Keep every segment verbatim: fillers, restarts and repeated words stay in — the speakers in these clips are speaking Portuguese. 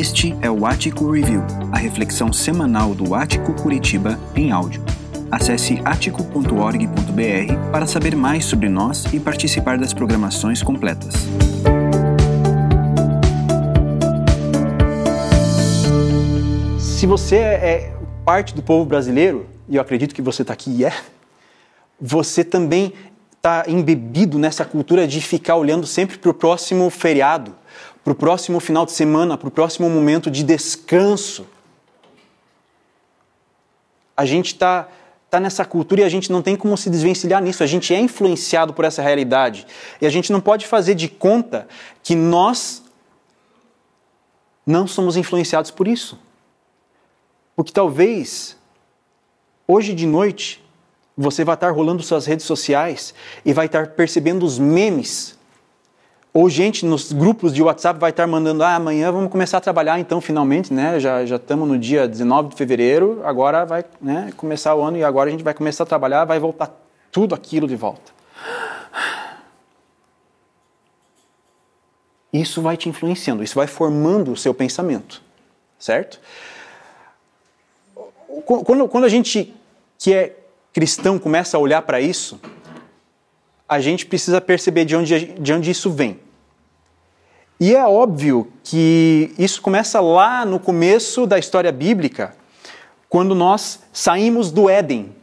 Este é o Ático Review, a reflexão semanal do Ático Curitiba em áudio. Acesse ático ponto org ponto br para saber mais sobre nós e participar das programações completas. Se você é parte do povo brasileiro, e eu acredito que você está aqui e é, você também está embebido nessa cultura de ficar olhando sempre para o próximo feriado, para o próximo final de semana, para o próximo momento de descanso. A gente está tá nessa cultura e a gente não tem como se desvencilhar nisso. A gente é influenciado por essa realidade. E a gente não pode fazer de conta que nós não somos influenciados por isso. Porque talvez, hoje de noite, você vai estar rolando suas redes sociais e vai estar percebendo os memes. Ou gente nos grupos de WhatsApp vai estar mandando, ah, amanhã vamos começar a trabalhar então finalmente, né? Já, já estamos no dia dezenove de fevereiro, agora vai, né, começar o ano e agora a gente vai começar a trabalhar, vai voltar tudo aquilo de volta. Isso vai te influenciando, isso vai formando o seu pensamento, certo? Quando, quando a gente que é cristão começa a olhar para isso, a gente precisa perceber de onde, de onde isso vem. E é óbvio que isso começa lá no começo da história bíblica, quando nós saímos do Éden.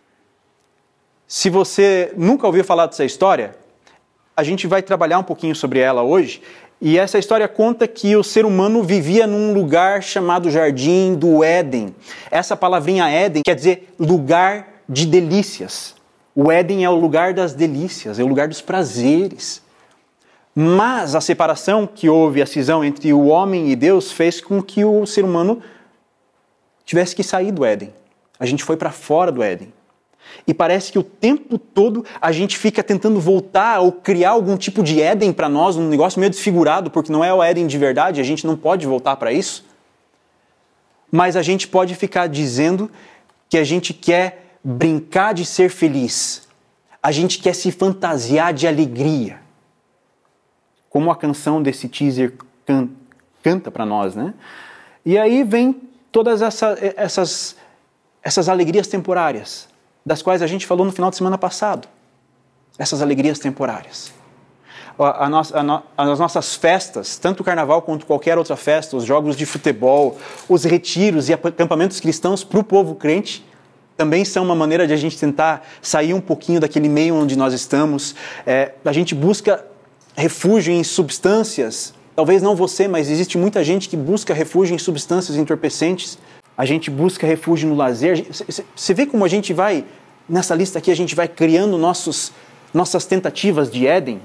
Se você nunca ouviu falar dessa história, a gente vai trabalhar um pouquinho sobre ela hoje. E essa história conta que o ser humano vivia num lugar chamado Jardim do Éden. Essa palavrinha Éden quer dizer lugar de delícias. O Éden é o lugar das delícias, é o lugar dos prazeres. Mas a separação que houve, a cisão entre o homem e Deus, fez com que o ser humano tivesse que sair do Éden. A gente foi para fora do Éden. E parece que o tempo todo a gente fica tentando voltar ou criar algum tipo de Éden para nós, um negócio meio desfigurado, porque não é o Éden de verdade, a gente não pode voltar para isso. Mas a gente pode ficar dizendo que a gente quer brincar de ser feliz. A gente quer se fantasiar de alegria. Como a canção desse teaser can, canta para nós, né? E aí vem todas essa, essas, essas alegrias temporárias, das quais a gente falou no final de semana passado. Essas alegrias temporárias. A, a nossa, a no, as nossas festas, tanto o carnaval quanto qualquer outra festa, os jogos de futebol, os retiros e acampamentos cristãos para o povo crente, também são uma maneira de a gente tentar sair um pouquinho daquele meio onde nós estamos. É, a gente busca refúgio em substâncias. Talvez não você, mas existe muita gente que busca refúgio em substâncias entorpecentes. A gente busca refúgio no lazer. Você vê como a gente vai, nessa lista aqui, a gente vai criando nossos, nossas tentativas de Éden?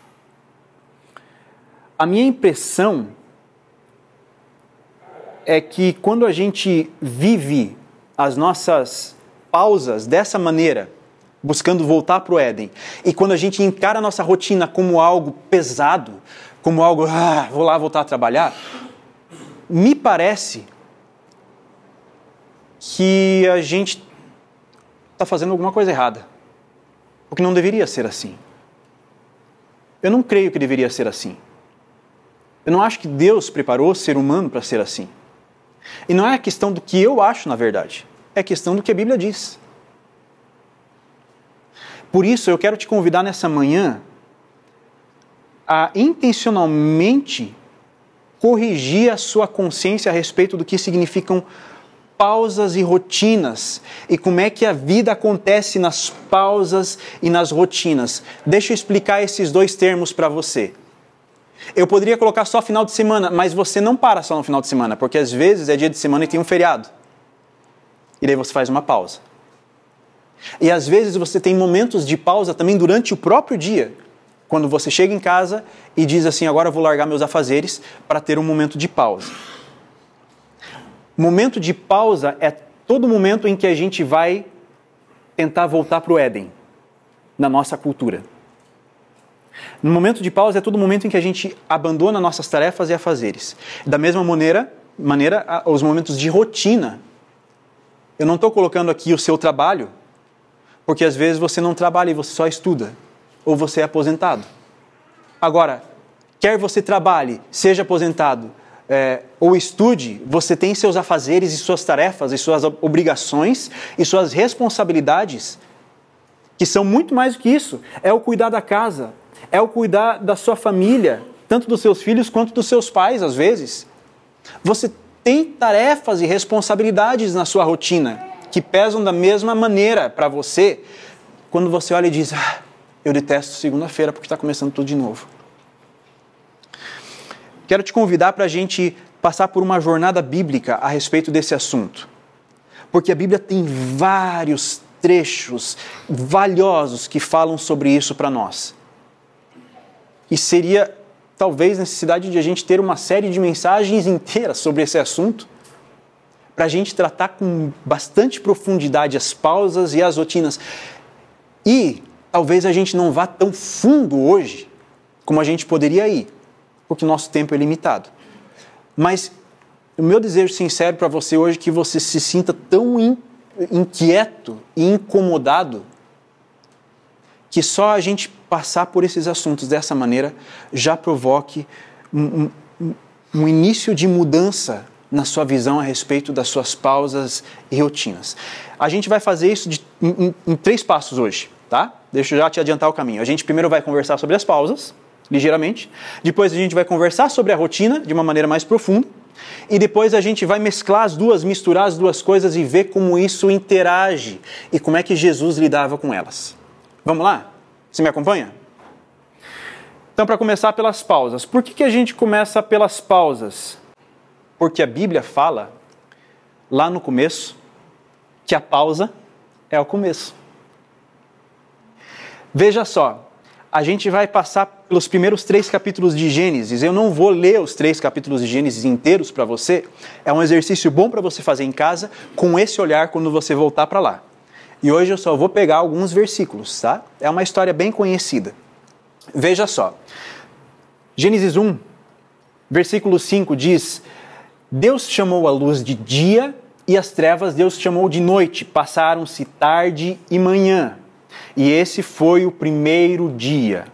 A minha impressão é que quando a gente vive as nossas pausas dessa maneira, buscando voltar para o Éden, e quando a gente encara a nossa rotina como algo pesado, como algo, ah, vou lá voltar a trabalhar, me parece que a gente está fazendo alguma coisa errada, porque não deveria ser assim. Eu não creio que deveria ser assim. Eu não acho que Deus preparou o ser humano para ser assim. E não é a questão do que eu acho, na verdade. É questão do que a Bíblia diz. Por isso, eu quero te convidar nessa manhã a intencionalmente corrigir a sua consciência a respeito do que significam pausas e rotinas e como é que a vida acontece nas pausas e nas rotinas. Deixa eu explicar esses dois termos para você. Eu poderia colocar só final de semana, mas você não para só no final de semana, porque às vezes é dia de semana e tem um feriado. E daí você faz uma pausa. E às vezes você tem momentos de pausa também durante o próprio dia, quando você chega em casa e diz assim, agora eu vou largar meus afazeres para ter um momento de pausa. Momento de pausa é todo momento em que a gente vai tentar voltar para o Éden, na nossa cultura. No momento de pausa é todo momento em que a gente abandona nossas tarefas e afazeres. Da mesma maneira, maneira os momentos de rotina. Eu não estou colocando aqui o seu trabalho, porque às vezes você não trabalha e você só estuda, ou você é aposentado. Agora, quer você trabalhe, seja aposentado, é, ou estude, você tem seus afazeres e suas tarefas e suas obrigações e suas responsabilidades, que são muito mais do que isso. É o cuidar da casa, é o cuidar da sua família, tanto dos seus filhos quanto dos seus pais, às vezes. Você tem tarefas e responsabilidades na sua rotina que pesam da mesma maneira para você quando você olha e diz, ah, eu detesto segunda-feira porque está começando tudo de novo. Quero te convidar para a gente passar por uma jornada bíblica a respeito desse assunto. Porque a Bíblia tem vários trechos valiosos que falam sobre isso para nós. E seria talvez necessidade de a gente ter uma série de mensagens inteiras sobre esse assunto, para a gente tratar com bastante profundidade as pausas e as rotinas. E talvez a gente não vá tão fundo hoje como a gente poderia ir, porque o nosso tempo é limitado. Mas o meu desejo sincero para você hoje é que você se sinta tão in, inquieto e incomodado que só a gente passar por esses assuntos dessa maneira já provoque um, um, um início de mudança na sua visão a respeito das suas pausas e rotinas. A gente vai fazer isso de, em, em três passos hoje, tá? Deixa eu já te adiantar o caminho. A gente primeiro vai conversar sobre as pausas, ligeiramente. Depois a gente vai conversar sobre a rotina de uma maneira mais profunda. E depois a gente vai mesclar as duas, misturar as duas coisas e ver como isso interage e como é que Jesus lidava com elas. Vamos lá? Você me acompanha? Então, para começar pelas pausas. Por que que a gente começa pelas pausas? Porque a Bíblia fala, lá no começo, que a pausa é o começo. Veja só, a gente vai passar pelos primeiros três capítulos de Gênesis. Eu não vou ler os três capítulos de Gênesis inteiros para você. É um exercício bom para você fazer em casa, com esse olhar quando você voltar para lá. E hoje eu só vou pegar alguns versículos, tá? É uma história bem conhecida. Veja só. Gênesis um, versículo cinco diz: Deus chamou a luz de dia e as trevas Deus chamou de noite. Passaram-se tarde e manhã. E esse foi o primeiro dia.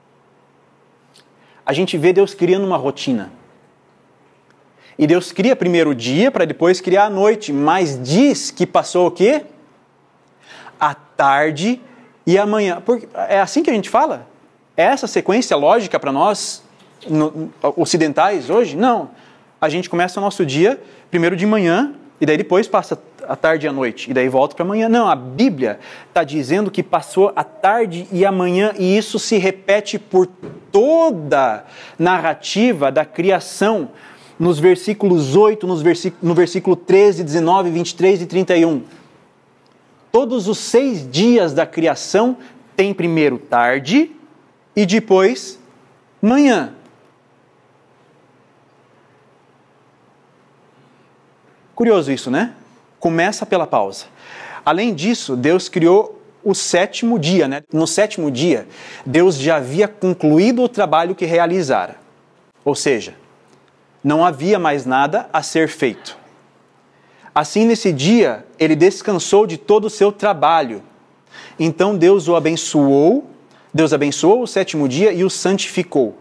A gente vê Deus criando uma rotina. E Deus cria primeiro o dia para depois criar a noite. Mas diz que passou o quê? A tarde e a manhã. Porque é assim que a gente fala? É essa sequência lógica para nós no, ocidentais hoje? Não. A gente começa o nosso dia primeiro de manhã e daí depois passa a tarde e a noite e daí volta para amanhã. Não, a Bíblia está dizendo que passou a tarde e a manhã e isso se repete por toda a narrativa da criação nos versículos oito, nos versículo, no versículo treze, dezenove, vinte e três e trinta e um. Todos os seis dias da criação tem primeiro tarde e depois manhã. Curioso isso, né? Começa pela pausa. Além disso, Deus criou o sétimo dia, né? No sétimo dia, Deus já havia concluído o trabalho que realizara. Ou seja, não havia mais nada a ser feito. Assim, nesse dia, ele descansou de todo o seu trabalho. Então, Deus o abençoou, Deus abençoou o sétimo dia e o santificou.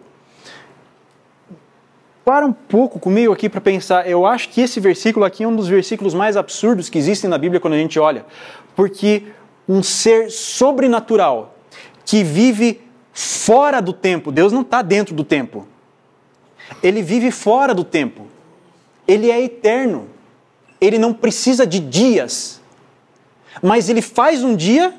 Para um pouco comigo aqui para pensar, eu acho que esse versículo aqui é um dos versículos mais absurdos que existem na Bíblia quando a gente olha. Porque um ser sobrenatural que vive fora do tempo, Deus não está dentro do tempo. Ele vive fora do tempo. Ele é eterno. Ele não precisa de dias. Mas ele faz um dia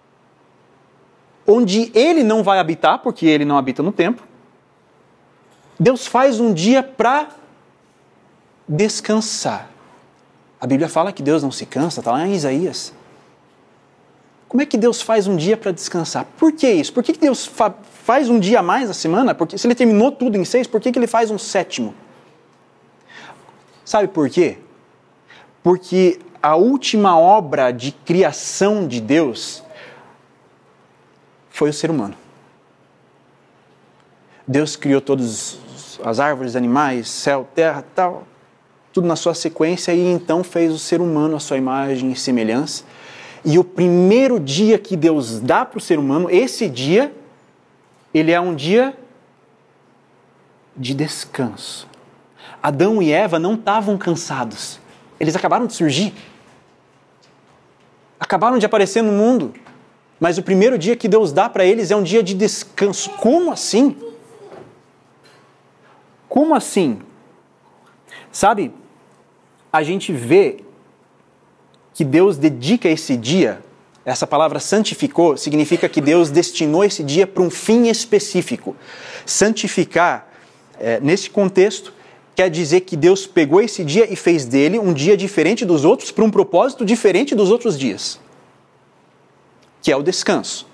onde ele não vai habitar, porque ele não habita no tempo. Deus faz um dia para descansar. A Bíblia fala que Deus não se cansa, está lá em Isaías. Como é que Deus faz um dia para descansar? Por que isso? Por que Deus fa- faz um dia a mais na semana? Porque se ele terminou tudo em seis, por que ele faz um sétimo? Sabe por quê? Porque a última obra de criação de Deus foi o ser humano. Deus criou todas as árvores, animais, céu, terra, tal, tudo na sua sequência e então fez o ser humano à sua imagem e semelhança. E o primeiro dia que Deus dá para o ser humano, esse dia, ele é um dia de descanso. Adão e Eva não estavam cansados. Eles acabaram de surgir. Acabaram de aparecer no mundo. Mas o primeiro dia que Deus dá para eles é um dia de descanso. Como assim? Como assim? Sabe, a gente vê que Deus dedica esse dia, essa palavra santificou, significa que Deus destinou esse dia para um fim específico. Santificar, é, nesse contexto, quer dizer que Deus pegou esse dia e fez dele um dia diferente dos outros para um propósito diferente dos outros dias, que é o descanso.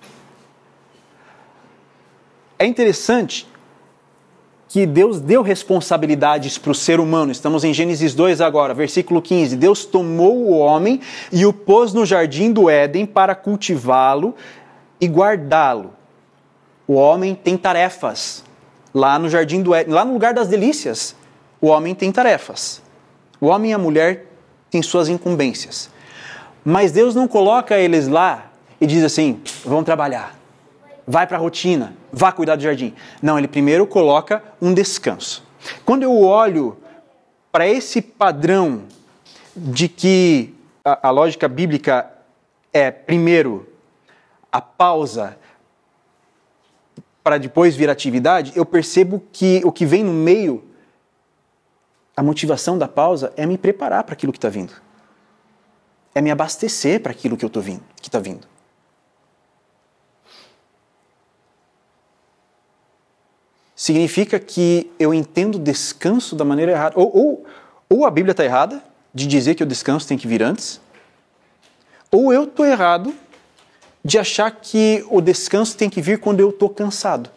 É interessante que Deus deu responsabilidades para o ser humano. Estamos em Gênesis dois agora, versículo quinze. Deus tomou o homem e o pôs no jardim do Éden para cultivá-lo e guardá-lo. O homem tem tarefas. Lá no jardim do Éden, lá no lugar das delícias, o homem tem tarefas. O homem e a mulher têm suas incumbências. Mas Deus não coloca eles lá e diz assim, vão trabalhar. Vai para a rotina, vá cuidar do jardim. Não, ele primeiro coloca um descanso. Quando eu olho para esse padrão de que a, a lógica bíblica é, primeiro, a pausa para depois vir atividade, eu percebo que o que vem no meio, a motivação da pausa é me preparar para aquilo que está vindo. É me abastecer para aquilo que eu estou vindo, que está vindo. Significa que eu entendo descanso da maneira errada. Ou, ou, ou a Bíblia está errada, de dizer que o descanso tem que vir antes, ou eu estou errado de achar que o descanso tem que vir quando eu estou cansado.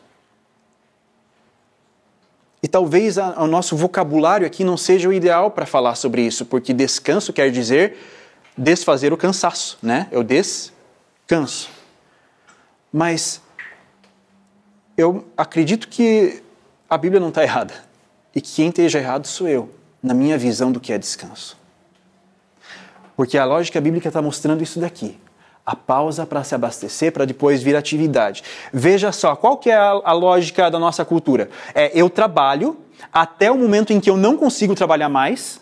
E talvez a, o nosso vocabulário aqui não seja o ideal para falar sobre isso, porque descanso quer dizer desfazer o cansaço, né? Eu descanso. Mas eu acredito que a Bíblia não está errada. E que quem esteja errado sou eu, na minha visão do que é descanso. Porque a lógica bíblica está mostrando isso daqui. A pausa para se abastecer, para depois vir atividade. Veja só, qual que é a, a lógica da nossa cultura? É, eu trabalho até o momento em que eu não consigo trabalhar mais,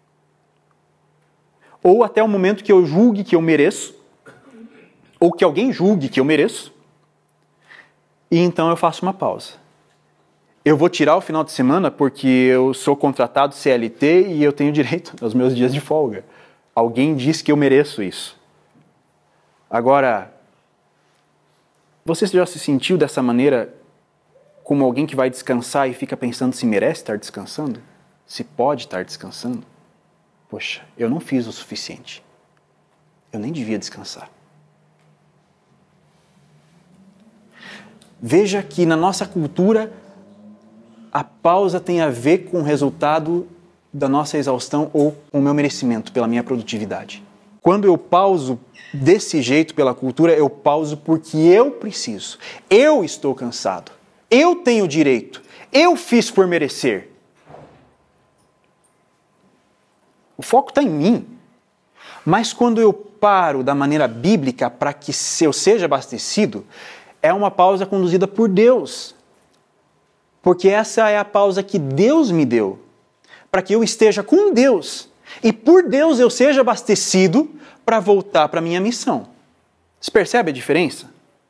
ou até o momento que eu julgue que eu mereço, ou que alguém julgue que eu mereço, e então eu faço uma pausa. Eu vou tirar o final de semana porque eu sou contratado C L T e eu tenho direito aos meus dias de folga. Alguém diz que eu mereço isso. Agora, você já se sentiu dessa maneira como alguém que vai descansar e fica pensando se merece estar descansando? Se pode estar descansando? Poxa, eu não fiz o suficiente. Eu nem devia descansar. Veja que na nossa cultura, a pausa tem a ver com o resultado da nossa exaustão ou com o meu merecimento pela minha produtividade. Quando eu pauso desse jeito pela cultura, eu pauso porque eu preciso. Eu estou cansado. Eu tenho direito. Eu fiz por merecer. O foco está em mim. Mas quando eu paro da maneira bíblica para que eu seja abastecido, é uma pausa conduzida por Deus. Porque essa é a pausa que Deus me deu. Para que eu esteja com Deus. E por Deus eu seja abastecido para voltar para a minha missão. Você percebe a diferença?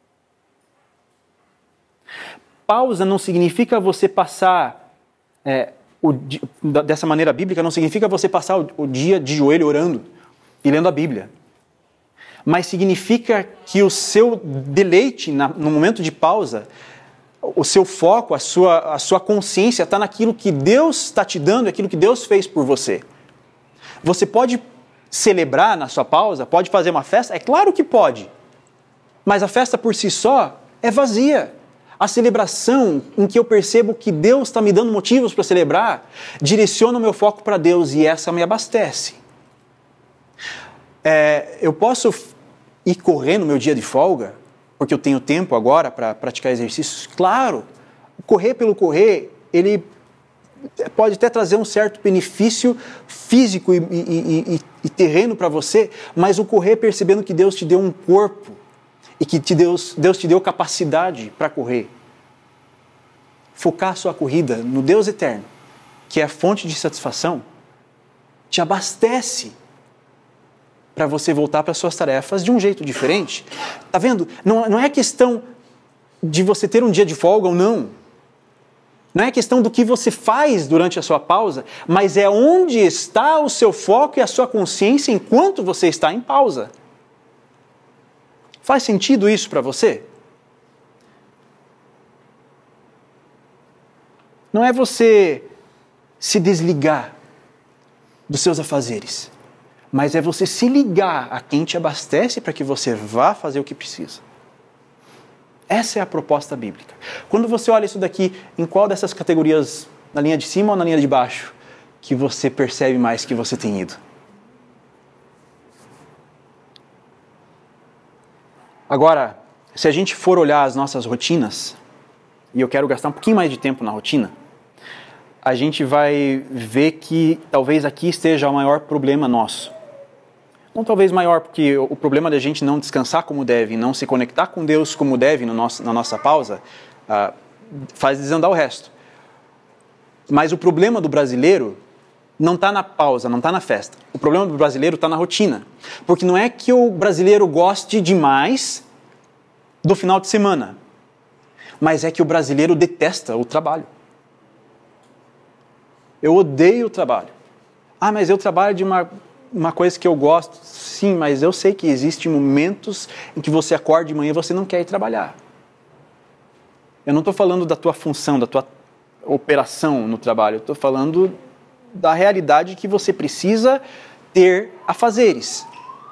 Pausa não significa você passar, é, o, dessa maneira bíblica, não significa você passar o, o dia de joelho orando e lendo a Bíblia. Mas significa que o seu deleite na, no momento de pausa, o seu foco, a sua, a sua consciência está naquilo que Deus está te dando, aquilo que Deus fez por você. Você pode celebrar na sua pausa, pode fazer uma festa? É claro que pode. Mas a festa por si só é vazia. A celebração em que eu percebo que Deus está me dando motivos para celebrar, direciona o meu foco para Deus e essa me abastece. É, eu posso ir correr no meu dia de folga, porque eu tenho tempo agora para praticar exercícios? Claro, correr pelo correr, ele pode até trazer um certo benefício físico e, e, e, e terreno para você, mas o correr percebendo que Deus te deu um corpo e que te Deus, Deus te deu capacidade para correr. Focar a sua corrida no Deus eterno que é fonte de satisfação, te abastece para você voltar para as suas tarefas de um jeito diferente. Tá vendo? Não, não é questão de você ter um dia de folga ou não. Não é questão do que você faz durante a sua pausa, mas é onde está o seu foco e a sua consciência enquanto você está em pausa. Faz sentido isso para você? Não é você se desligar dos seus afazeres, mas é você se ligar a quem te abastece para que você vá fazer o que precisa. Essa é a proposta bíblica. Quando você olha isso daqui, em qual dessas categorias, na linha de cima ou na linha de baixo, que você percebe mais que você tem ido? Agora, se a gente for olhar as nossas rotinas, e eu quero gastar um pouquinho mais de tempo na rotina, a gente vai ver que talvez aqui esteja o maior problema nosso. Não talvez maior, porque o problema da gente não descansar como deve, não se conectar com Deus como deve no nosso, na nossa pausa, uh, faz desandar o resto. Mas o problema do brasileiro não está na pausa, não está na festa. O problema do brasileiro está na rotina. Porque não é que o brasileiro goste demais do final de semana, mas é que o brasileiro detesta o trabalho. Eu odeio o trabalho. Ah, mas eu trabalho de uma, uma coisa que eu gosto. Sim, mas eu sei que existem momentos em que você acorda de manhã e você não quer ir trabalhar. Eu não estou falando da tua função, da tua operação no trabalho. Eu estou falando da realidade que você precisa ter afazeres.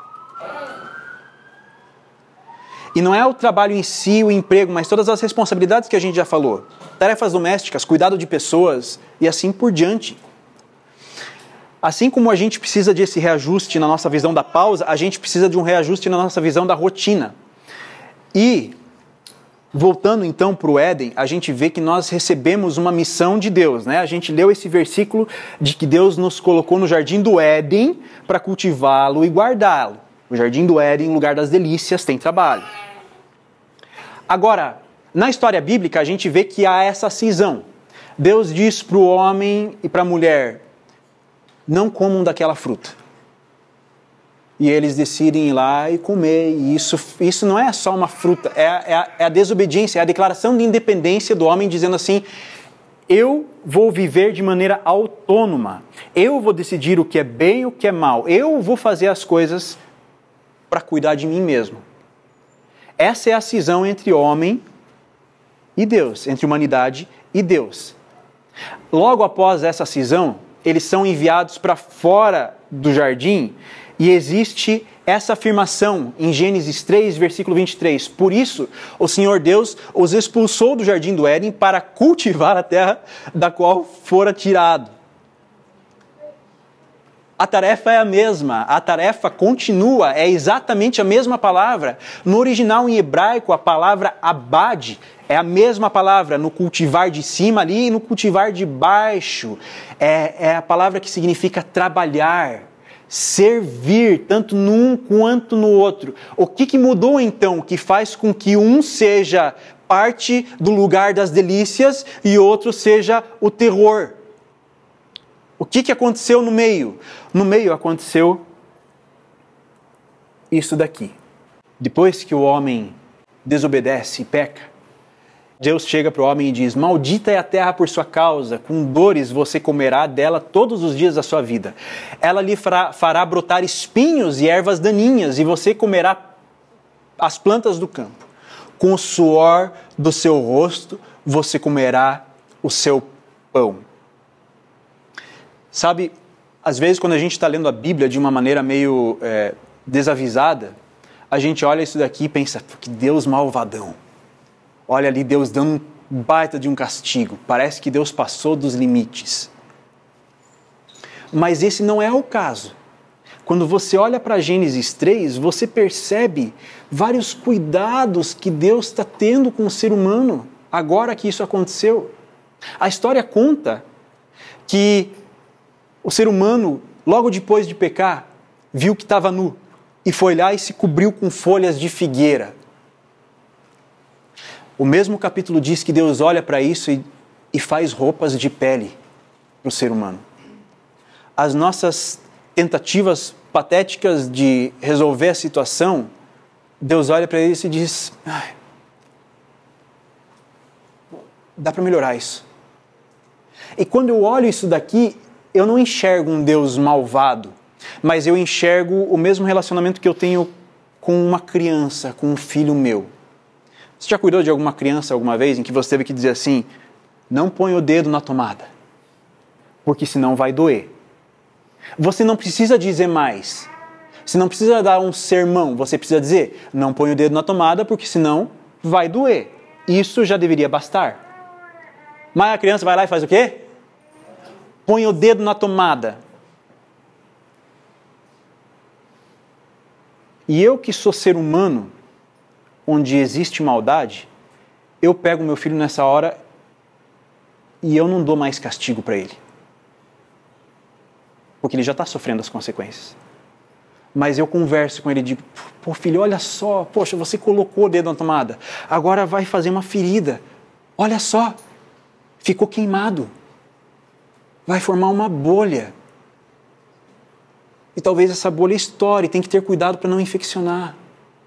E não é o trabalho em si, o emprego, mas todas as responsabilidades que a gente já falou. Tarefas domésticas, cuidado de pessoas e assim por diante. Assim como a gente precisa desse reajuste na nossa visão da pausa, a gente precisa de um reajuste na nossa visão da rotina. E, voltando então para o Éden, a gente vê que nós recebemos uma missão de Deus, né? A gente leu esse versículo de que Deus nos colocou no jardim do Éden para cultivá-lo e guardá-lo. O jardim do Éden, lugar das delícias, tem trabalho. Agora, na história bíblica, a gente vê que há essa cisão. Deus diz para o homem e para a mulher, não comam daquela fruta. E eles decidem ir lá e comer. E isso, isso não é só uma fruta, é, é, a, é a desobediência, é a declaração de independência do homem dizendo assim, eu vou viver de maneira autônoma. Eu vou decidir o que é bem e o que é mal. Eu vou fazer as coisas para cuidar de mim mesmo. Essa é a cisão entre homem e Deus, entre humanidade e Deus. Logo após essa cisão, eles são enviados para fora do jardim e existe essa afirmação em Gênesis três, versículo vinte e três. Por isso, o Senhor Deus os expulsou do jardim do Éden para cultivar a terra da qual fora tirado. A tarefa é a mesma, a tarefa continua, é exatamente a mesma palavra. No original em hebraico, a palavra abad é a mesma palavra no cultivar de cima ali e no cultivar de baixo. É, é a palavra que significa trabalhar, servir, tanto num quanto no outro. O que, que mudou então, que faz com que um seja parte do lugar das delícias e outro seja o terror? O que, que aconteceu no meio? No meio aconteceu isso daqui. Depois que o homem desobedece e peca, Deus chega para o homem e diz, maldita é a terra por sua causa, com dores você comerá dela todos os dias da sua vida. Ela lhe fará, fará brotar espinhos e ervas daninhas, e você comerá as plantas do campo. Com o suor do seu rosto você comerá o seu pão. Sabe, às vezes quando a gente está lendo a Bíblia de uma maneira meio é, desavisada, a gente olha isso daqui e pensa, que Deus malvadão. Olha ali Deus dando um baita de um castigo. Parece que Deus passou dos limites. Mas esse não é o caso. Quando você olha para Gênesis três, você percebe vários cuidados que Deus está tendo com o ser humano, agora que isso aconteceu. A história conta que o ser humano, logo depois de pecar, viu que estava nu e foi lá e se cobriu com folhas de figueira. O mesmo capítulo diz que Deus olha para isso e, e faz roupas de pele. para o ser humano. As nossas tentativas patéticas de resolver a situação, Deus olha para eles e diz, ai, dá para melhorar isso. E quando eu olho isso daqui, eu não enxergo um Deus malvado, mas eu enxergo o mesmo relacionamento que eu tenho com uma criança, com um filho meu. Você já cuidou de alguma criança alguma vez em que você teve que dizer assim, não põe o dedo na tomada, porque senão vai doer. Você não precisa dizer mais. Você não precisa dar um sermão, você precisa dizer, não põe o dedo na tomada, porque senão vai doer. Isso já deveria bastar. Mas a criança vai lá e faz o quê? Põe o dedo na tomada. E eu que sou ser humano, onde existe maldade, eu pego meu filho nessa hora e eu não dou mais castigo para ele. Porque ele já está sofrendo as consequências. Mas eu converso com ele e digo, pô filho, olha só, poxa, você colocou o dedo na tomada, agora vai fazer uma ferida. Olha só, ficou queimado. Vai formar uma bolha. E talvez essa bolha estoure, tem que ter cuidado para não infeccionar.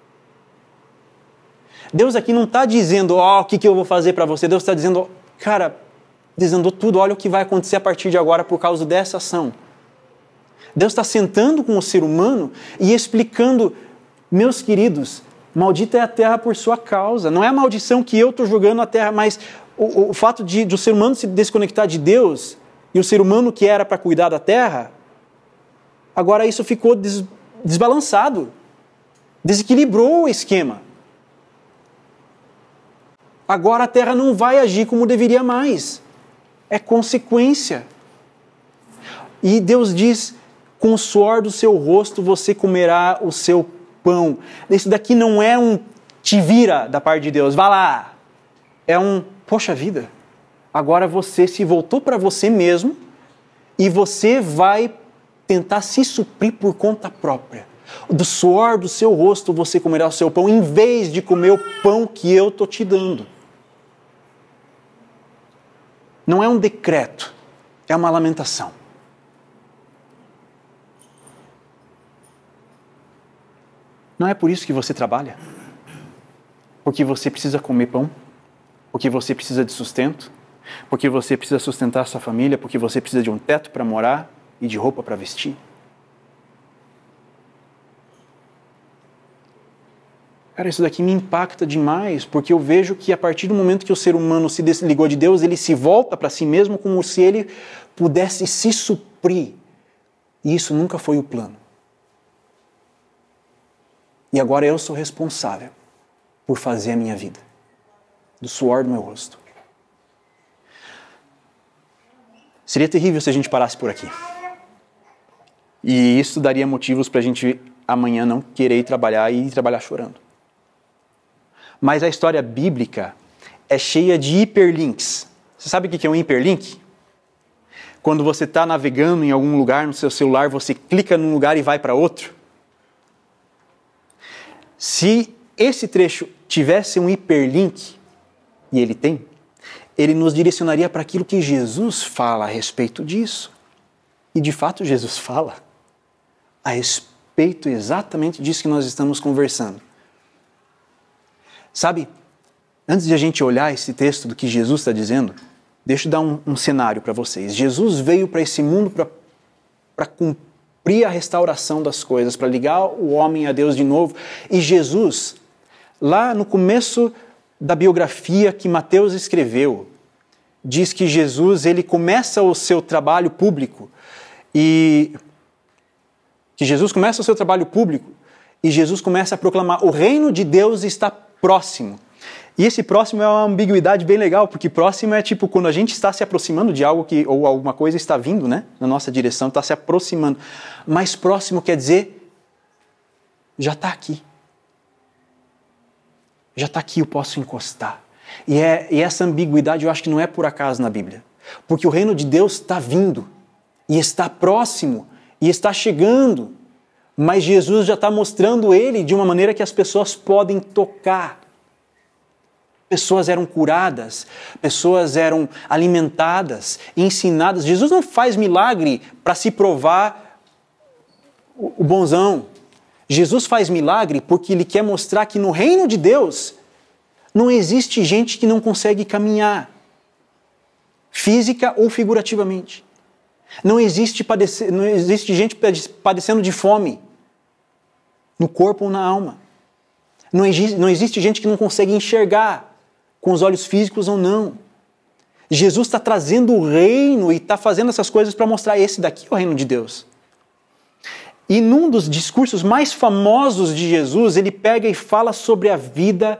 Deus aqui não está dizendo, ó, oh, o que, que eu vou fazer para você. Deus está dizendo, cara, desandou tudo, olha o que vai acontecer a partir de agora por causa dessa ação. Deus está sentando com o ser humano e explicando, meus queridos, maldita é a terra por sua causa. Não é a maldição que eu estou jogando a terra, mas o, o fato de, de o ser humano se desconectar de Deus e o ser humano que era para cuidar da terra, agora isso ficou des, desbalançado, desequilibrou o esquema. Agora a terra não vai agir como deveria mais. É consequência. E Deus diz, com o suor do seu rosto você comerá o seu pão. Isso daqui não é um te vira da parte de Deus, vá lá. É um, poxa vida, agora você se voltou para você mesmo e você vai tentar se suprir por conta própria. Do suor do seu rosto você comerá o seu pão, em vez de comer o pão que eu estou te dando. Não é um decreto, é uma lamentação. Não é por isso que você trabalha? Porque você precisa comer pão? Porque você precisa de sustento? Porque você precisa sustentar a sua família? Porque você precisa de um teto para morar e de roupa para vestir? Cara, isso daqui me impacta demais, porque eu vejo que a partir do momento que o ser humano se desligou de Deus, ele se volta para si mesmo como se ele pudesse se suprir. E isso nunca foi o plano. E agora eu sou responsável por fazer a minha vida, do suor do meu rosto. Seria terrível se a gente parasse por aqui. E isso daria motivos para a gente amanhã não querer ir trabalhar e ir trabalhar chorando. Mas a história bíblica é cheia de hiperlinks. Você sabe o que é um hiperlink? Quando você está navegando em algum lugar no seu celular, você clica num lugar e vai para outro. Se esse trecho tivesse um hiperlink, e ele tem, ele nos direcionaria para aquilo que Jesus fala a respeito disso. E de fato Jesus fala a respeito exatamente disso que nós estamos conversando. Sabe, antes de a gente olhar esse texto do que Jesus está dizendo, deixa eu dar um, um cenário para vocês. Jesus veio para esse mundo para cumprir a restauração das coisas, para ligar o homem a Deus de novo. E Jesus, lá no começo da biografia que Mateus escreveu, diz que Jesus ele começa o seu trabalho público e que Jesus começa o seu trabalho público e Jesus começa a proclamar: o reino de Deus está próximo. E esse próximo é uma ambiguidade bem legal, porque próximo é tipo quando a gente está se aproximando de algo que, ou alguma coisa está vindo, né, na nossa direção, está se aproximando. Mas próximo quer dizer, já está aqui. Já está aqui, eu posso encostar. E, é, e essa ambiguidade eu acho que não é por acaso na Bíblia. Porque o reino de Deus está vindo, e está próximo, e está chegando. Mas Jesus já está mostrando ele de uma maneira que as pessoas podem tocar. Pessoas eram curadas, pessoas eram alimentadas, ensinadas. Jesus não faz milagre para se provar o bonzão. Jesus faz milagre porque Ele quer mostrar que no reino de Deus não existe gente que não consegue caminhar, física ou figurativamente. Não existe, padecer, não existe gente padecendo de fome, no corpo ou na alma. Não existe, não existe gente que não consegue enxergar, com os olhos físicos ou não. Jesus está trazendo o reino e está fazendo essas coisas para mostrar esse daqui é o reino de Deus. E num dos discursos mais famosos de Jesus, ele pega e fala sobre a vida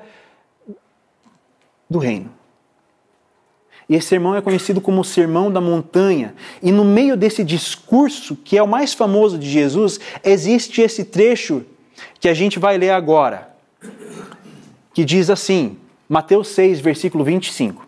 do reino. E esse sermão é conhecido como o Sermão da Montanha. E no meio desse discurso, que é o mais famoso de Jesus, existe esse trecho que a gente vai ler agora, que diz assim, Mateus seis, versículo vinte e cinco.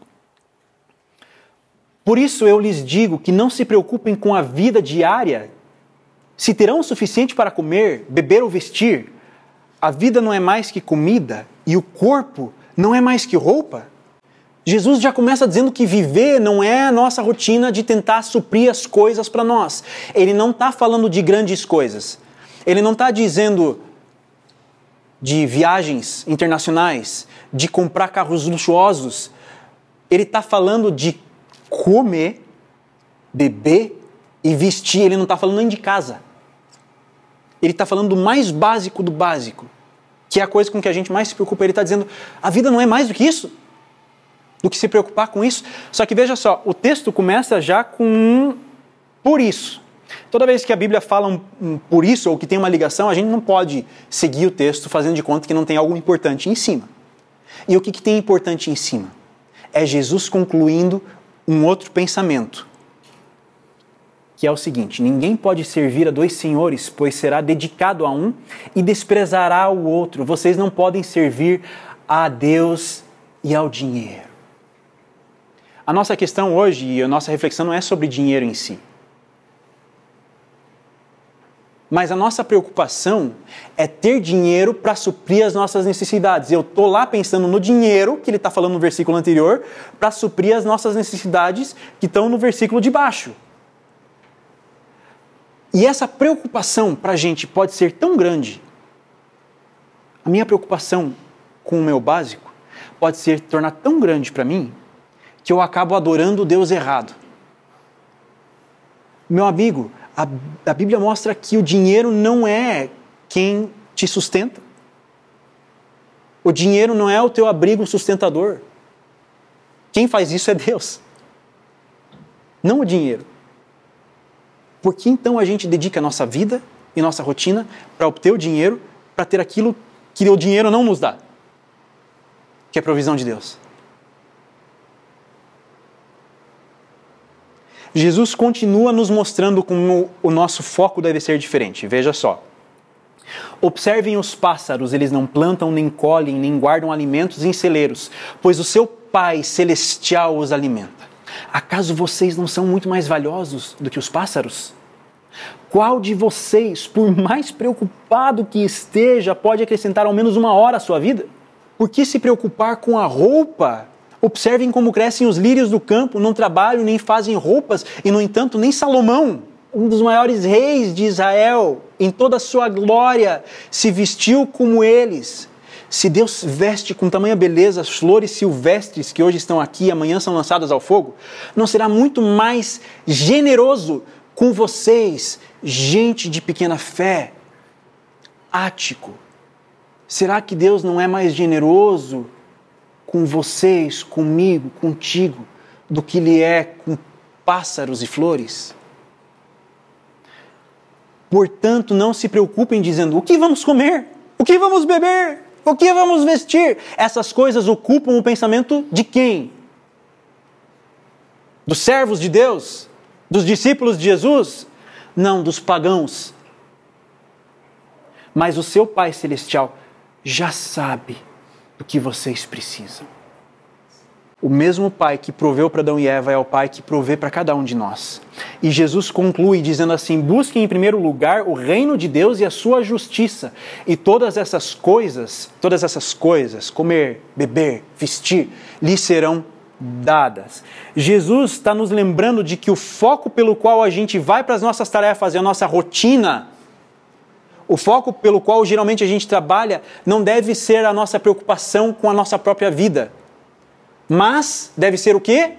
Por isso eu lhes digo que não se preocupem com a vida diária, se terão o suficiente para comer, beber ou vestir. A vida não é mais que comida e o corpo não é mais que roupa. Jesus já começa dizendo que viver não é a nossa rotina de tentar suprir as coisas para nós. Ele não está falando de grandes coisas. Ele não está dizendo de viagens internacionais, de comprar carros luxuosos. Ele está falando de comer, beber e vestir. Ele não está falando nem de casa. Ele está falando do mais básico do básico, que é a coisa com que a gente mais se preocupa. Ele está dizendo, a vida não é mais do que isso, do que se preocupar com isso. Só que veja só, o texto começa já com um por isso. Toda vez que a Bíblia fala um, um por isso, ou que tem uma ligação, a gente não pode seguir o texto fazendo de conta que não tem algo importante em cima. E o que, que tem importante em cima? É Jesus concluindo um outro pensamento, que é o seguinte, ninguém pode servir a dois senhores, pois será dedicado a um e desprezará o outro. Vocês não podem servir a Deus e ao dinheiro. A nossa questão hoje e a nossa reflexão não é sobre dinheiro em si. Mas a nossa preocupação é ter dinheiro para suprir as nossas necessidades. Eu estou lá pensando no dinheiro, que ele está falando no versículo anterior, para suprir as nossas necessidades que estão no versículo de baixo. E essa preocupação para a gente pode ser tão grande. A minha preocupação com o meu básico pode ser tornar tão grande para mim que eu acabo adorando o Deus errado. Meu amigo, a, a Bíblia mostra que o dinheiro não é quem te sustenta. O dinheiro não é o teu abrigo sustentador. Quem faz isso é Deus, não o dinheiro. Por que então a gente dedica a nossa vida e nossa rotina para obter o dinheiro, para ter aquilo que o dinheiro não nos dá, que é a provisão de Deus? Jesus continua nos mostrando como o nosso foco deve ser diferente. Veja só. Observem os pássaros, eles não plantam, nem colhem, nem guardam alimentos em celeiros, pois o seu Pai Celestial os alimenta. Acaso vocês não são muito mais valiosos do que os pássaros? Qual de vocês, por mais preocupado que esteja, pode acrescentar ao menos uma hora à sua vida? Por que se preocupar com a roupa? Observem como crescem os lírios do campo, não trabalham nem fazem roupas, e no entanto nem Salomão, um dos maiores reis de Israel, em toda a sua glória, se vestiu como eles. Se Deus veste com tamanha beleza as flores silvestres que hoje estão aqui e amanhã são lançadas ao fogo, não será muito mais generoso com vocês, gente de pequena fé? Ático, será que Deus não é mais generoso com vocês, comigo, contigo, do que Ele é com pássaros e flores? Portanto, não se preocupem dizendo, o que vamos comer? O que vamos beber? O que vamos vestir? Essas coisas ocupam o pensamento de quem? Dos servos de Deus? Dos discípulos de Jesus? Não, dos pagãos. Mas o seu Pai Celestial já sabe do que vocês precisam. O mesmo Pai que proveu para Adão e Eva é o Pai que provê para cada um de nós. E Jesus conclui dizendo assim: busquem em primeiro lugar o reino de Deus e a sua justiça. E todas essas coisas, todas essas coisas, comer, beber, vestir, lhes serão dadas. Jesus está nos lembrando de que o foco pelo qual a gente vai para as nossas tarefas e a nossa rotina, o foco pelo qual geralmente a gente trabalha, não deve ser a nossa preocupação com a nossa própria vida. Mas deve ser o quê?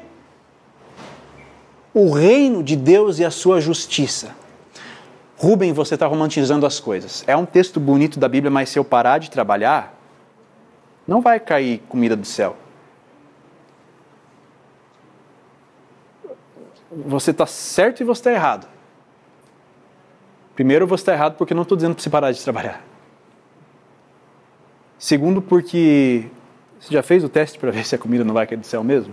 O reino de Deus e a sua justiça. Rubem, você está romantizando as coisas. É um texto bonito da Bíblia, mas se eu parar de trabalhar, não vai cair comida do céu. Você está certo e você está errado. Primeiro, você está errado porque eu não estou dizendo para você parar de trabalhar. Segundo, porque... Você já fez o teste para ver se a comida não vai cair do céu mesmo?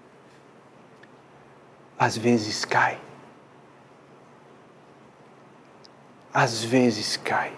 Às vezes cai. Às vezes cai.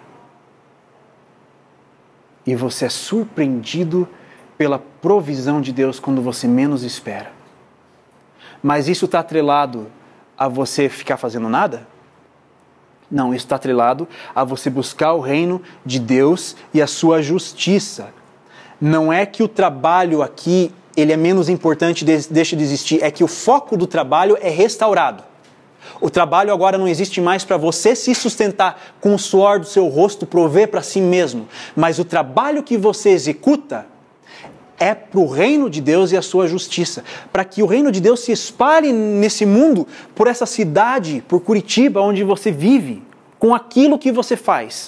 E você é surpreendido pela provisão de Deus quando você menos espera. Mas isso está atrelado a você ficar fazendo nada? Não, isso está atrelado a você buscar o reino de Deus e a sua justiça. Não é que o trabalho aqui ele é menos importante, deixa de existir, é que o foco do trabalho é restaurado. O trabalho agora não existe mais para você se sustentar com o suor do seu rosto, prover para si mesmo. Mas o trabalho que você executa é para o reino de Deus e a sua justiça. Para que o reino de Deus se espalhe nesse mundo, por essa cidade, por Curitiba, onde você vive, com aquilo que você faz.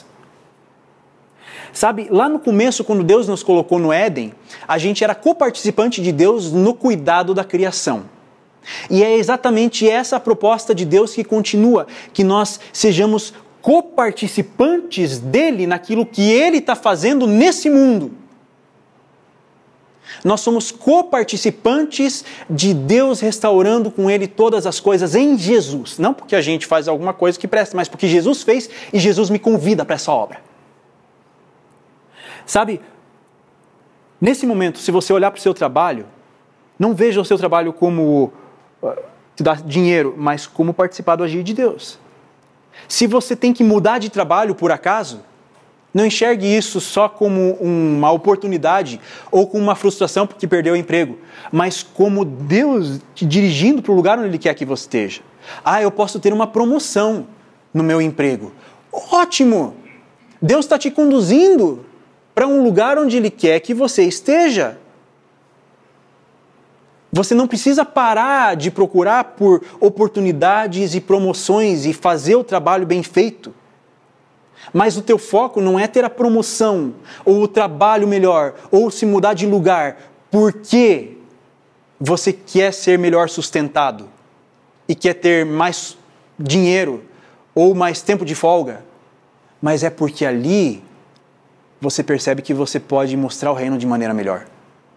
Sabe, lá no começo, quando Deus nos colocou no Éden, a gente era coparticipante de Deus no cuidado da criação. E é exatamente essa a proposta de Deus que continua, que nós sejamos coparticipantes dele naquilo que ele está fazendo nesse mundo. Nós somos coparticipantes de Deus restaurando com ele todas as coisas em Jesus. Não porque a gente faz alguma coisa que presta, mas porque Jesus fez e Jesus me convida para essa obra. Sabe, nesse momento, se você olhar para o seu trabalho, não veja o seu trabalho como uh, te dar dinheiro, mas como participar do agir de Deus. Se você tem que mudar de trabalho por acaso, não enxergue isso só como uma oportunidade ou como uma frustração porque perdeu o emprego, mas como Deus te dirigindo para o lugar onde Ele quer que você esteja. Ah, eu posso ter uma promoção no meu emprego. Ótimo! Deus está te conduzindo para um lugar onde Ele quer que você esteja. Você não precisa parar de procurar por oportunidades e promoções e fazer o trabalho bem feito. Mas o teu foco não é ter a promoção, ou o trabalho melhor, ou se mudar de lugar, porque você quer ser melhor sustentado e quer ter mais dinheiro ou mais tempo de folga. Mas é porque ali você percebe que você pode mostrar o reino de maneira melhor.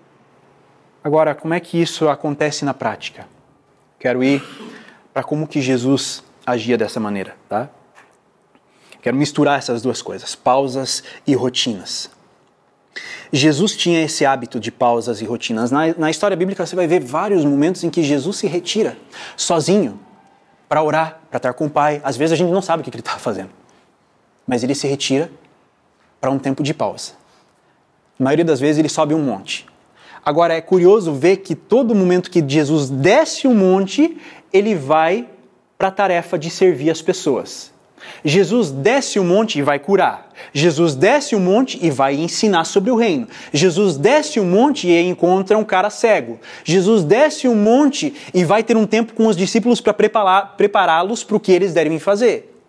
Agora, como é que isso acontece na prática? Quero ir para como que Jesus agia dessa maneira, tá? Quero misturar essas duas coisas, pausas e rotinas. Jesus tinha esse hábito de pausas e rotinas. Na, na história bíblica você vai ver vários momentos em que Jesus se retira sozinho para orar, para estar com o Pai. Às vezes a gente não sabe o que ele está fazendo, mas ele se retira para um tempo de pausa. Na maioria das vezes ele sobe um monte. Agora é curioso ver que todo momento que Jesus desce um monte, ele vai para a tarefa de servir as pessoas. Jesus desce o monte e vai curar. Jesus desce o monte e vai ensinar sobre o reino. Jesus desce o monte e encontra um cara cego. Jesus desce o monte e vai ter um tempo com os discípulos para prepará-los para o que eles devem fazer.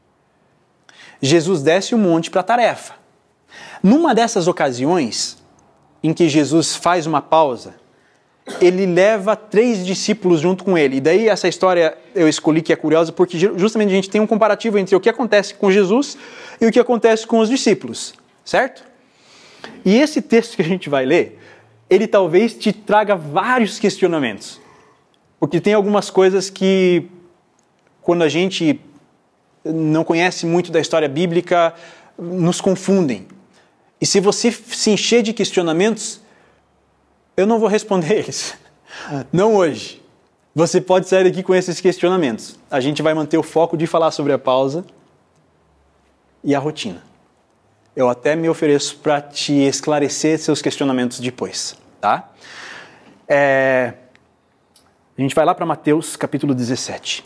Jesus desce o monte para a tarefa. Numa dessas ocasiões em que Jesus faz uma pausa, ele leva três discípulos junto com ele. E daí essa história eu escolhi que é curiosa porque justamente a gente tem um comparativo entre o que acontece com Jesus e o que acontece com os discípulos, certo? E esse texto que a gente vai ler, ele talvez te traga vários questionamentos. Porque tem algumas coisas que, quando a gente não conhece muito da história bíblica, nos confundem. E se você se encher de questionamentos, eu não vou responder eles. Não hoje. Você pode sair daqui com esses questionamentos. A gente vai manter o foco de falar sobre a pausa e a rotina. Eu até me ofereço para te esclarecer seus questionamentos depois, tá? É... A gente vai lá para Mateus capítulo dezessete.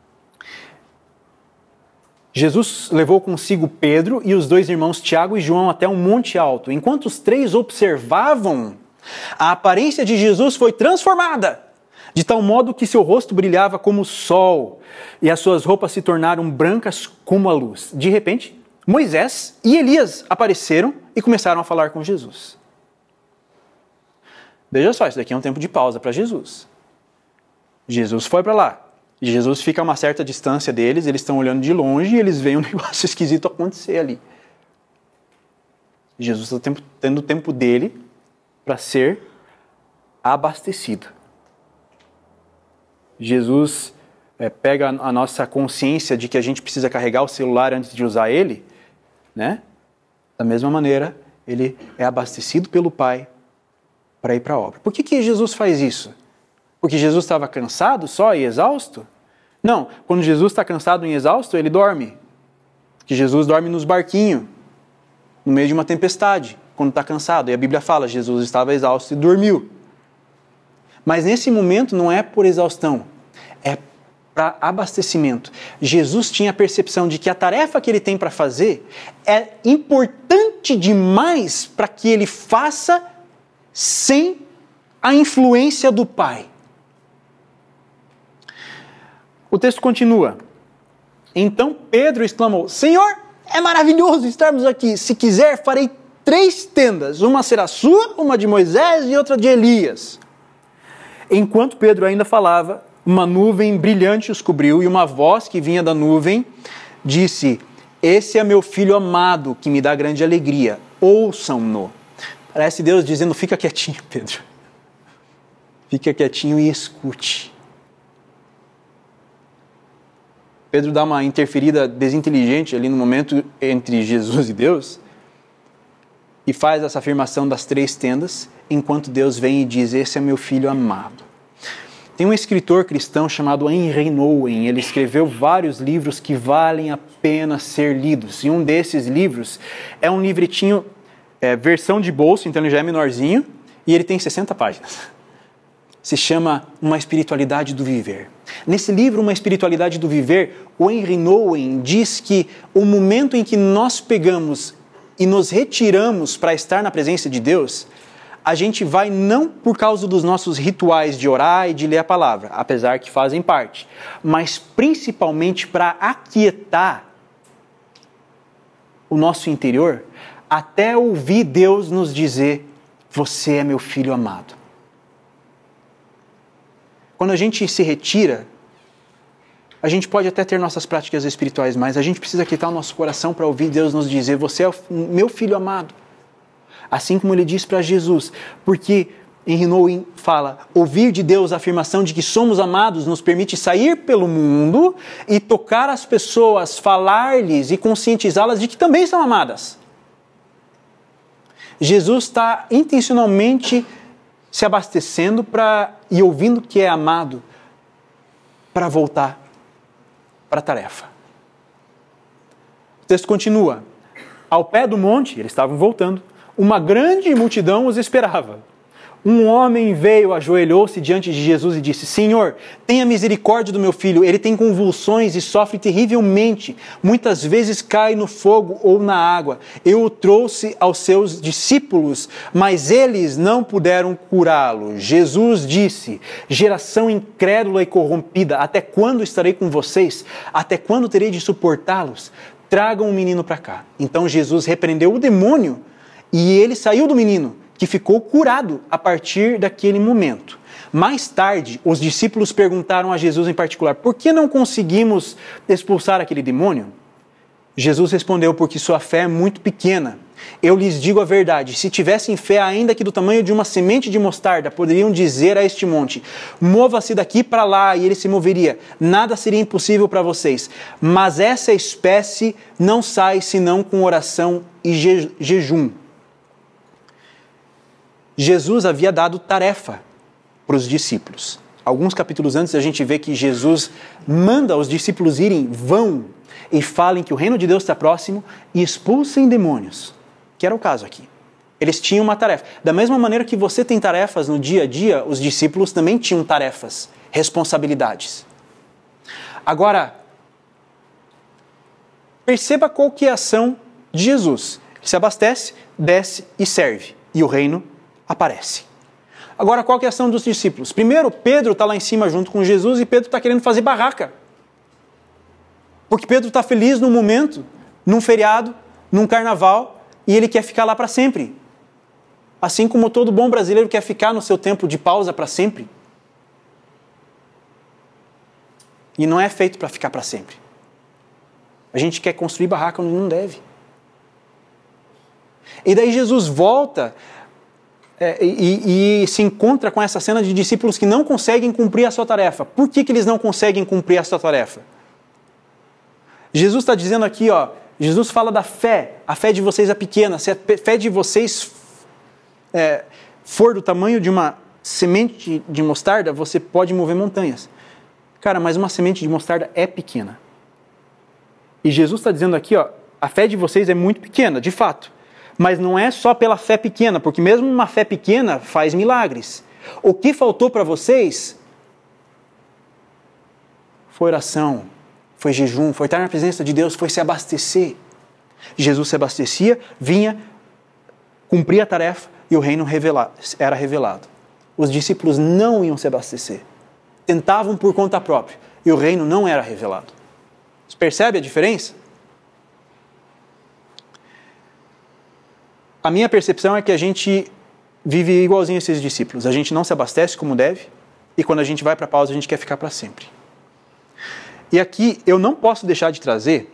Jesus levou consigo Pedro e os dois irmãos Tiago e João até um monte alto. Enquanto os três observavam, a aparência de Jesus foi transformada, de tal modo que seu rosto brilhava como o sol e as suas roupas se tornaram brancas como a luz. De repente, Moisés e Elias apareceram e começaram a falar com Jesus. Veja só, isso daqui é um tempo de pausa para Jesus. Jesus foi para lá. Jesus fica a uma certa distância deles, eles estão olhando de longe e eles veem um negócio esquisito acontecer ali. Jesus está tendo tempo dele para ser abastecido. Jesus é, pega a nossa consciência de que a gente precisa carregar o celular antes de usar ele, né? Da mesma maneira, ele é abastecido pelo Pai para ir para a obra. Por que que Jesus faz isso? Porque Jesus estava cansado só e exausto? Não, quando Jesus está cansado e exausto, ele dorme. Porque Jesus dorme nos barquinhos, no meio de uma tempestade, quando está cansado. E a Bíblia fala, Jesus estava exausto e dormiu. Mas nesse momento não é por exaustão, é para abastecimento. Jesus tinha a percepção de que a tarefa que ele tem para fazer é importante demais para que ele faça sem a influência do Pai. O texto continua. Então Pedro exclamou, Senhor, é maravilhoso estarmos aqui. Se quiser, farei três tendas. Uma será sua, uma de Moisés e outra de Elias. Enquanto Pedro ainda falava, uma nuvem brilhante os cobriu e uma voz que vinha da nuvem disse, esse é meu filho amado, que me dá grande alegria. Ouçam-no. Parece Deus dizendo, fica quietinho, Pedro. Fica quietinho e escute. Pedro dá uma interferida desinteligente ali no momento entre Jesus e Deus e faz essa afirmação das três tendas, enquanto Deus vem e diz, esse é meu filho amado. Tem um escritor cristão chamado Henry Nouwen, ele escreveu vários livros que valem a pena ser lidos. E um desses livros é um livretinho, é, versão de bolso, então ele já é menorzinho, e ele tem sessenta páginas. Se chama Uma Espiritualidade do Viver. Nesse livro, Uma Espiritualidade do Viver, o Henry Nouwen diz que o momento em que nós pegamos e nos retiramos para estar na presença de Deus, a gente vai não por causa dos nossos rituais de orar e de ler a palavra, apesar que fazem parte, mas principalmente para aquietar o nosso interior, até ouvir Deus nos dizer, você é meu filho amado. Quando a gente se retira, a gente pode até ter nossas práticas espirituais, mas a gente precisa aquietar o nosso coração para ouvir Deus nos dizer, você é o meu filho amado. Assim como ele diz para Jesus, porque Henry Nouwen fala, ouvir de Deus a afirmação de que somos amados nos permite sair pelo mundo e tocar as pessoas, falar-lhes e conscientizá-las de que também são amadas. Jesus está intencionalmente se abastecendo pra, e ouvindo que é amado para voltar para a tarefa. O texto continua. Ao pé do monte, eles estavam voltando, uma grande multidão os esperava. Um homem veio, ajoelhou-se diante de Jesus e disse, Senhor, tenha misericórdia do meu filho, ele tem convulsões e sofre terrivelmente, muitas vezes cai no fogo ou na água. Eu o trouxe aos seus discípulos, mas eles não puderam curá-lo. Jesus disse, geração incrédula e corrompida, até quando estarei com vocês? Até quando terei de suportá-los? Tragam o menino para cá. Então Jesus repreendeu o demônio e ele saiu do menino, que ficou curado a partir daquele momento. Mais tarde, os discípulos perguntaram a Jesus em particular, por que não conseguimos expulsar aquele demônio? Jesus respondeu, porque sua fé é muito pequena. Eu lhes digo a verdade, se tivessem fé ainda que do tamanho de uma semente de mostarda, poderiam dizer a este monte, mova-se daqui para lá, e ele se moveria. Nada seria impossível para vocês. Mas essa espécie não sai senão com oração e je- jejum. Jesus havia dado tarefa para os discípulos. Alguns capítulos antes a gente vê que Jesus manda os discípulos irem, vão e falem que o reino de Deus está próximo e expulsem demônios, que era o caso aqui. Eles tinham uma tarefa. Da mesma maneira que você tem tarefas no dia a dia, os discípulos também tinham tarefas, responsabilidades. Agora, perceba qual que é a ação de Jesus. Ele se abastece, desce e serve. E o reino aparece. Agora, qual que é a ação dos discípulos? Primeiro, Pedro está lá em cima junto com Jesus e Pedro está querendo fazer barraca. Porque Pedro está feliz num momento, num feriado, num carnaval, e ele quer ficar lá para sempre. Assim como todo bom brasileiro quer ficar no seu tempo de pausa para sempre. E não é feito para ficar para sempre. A gente quer construir barraca onde não deve. E daí Jesus volta é, e, e se encontra com essa cena de discípulos que não conseguem cumprir a sua tarefa. Por que, que eles não conseguem cumprir a sua tarefa? Jesus está dizendo aqui, ó, Jesus fala da fé. A fé de vocês é pequena. Se a fé de vocês é, for do tamanho de uma semente de mostarda, você pode mover montanhas. Cara, mas uma semente de mostarda é pequena. E Jesus está dizendo aqui, ó, a fé de vocês é muito pequena, de fato. Mas não é só pela fé pequena, porque mesmo uma fé pequena faz milagres. O que faltou para vocês foi oração, foi jejum, foi estar na presença de Deus, foi se abastecer. Jesus se abastecia, vinha, cumpria a tarefa e o reino revelado, era revelado. Os discípulos não iam se abastecer. Tentavam por conta própria e o reino não era revelado. Você percebe a diferença? A minha percepção é que a gente vive igualzinho a esses discípulos. A gente não se abastece como deve e quando a gente vai para a pausa a gente quer ficar para sempre. E aqui eu não posso deixar de trazer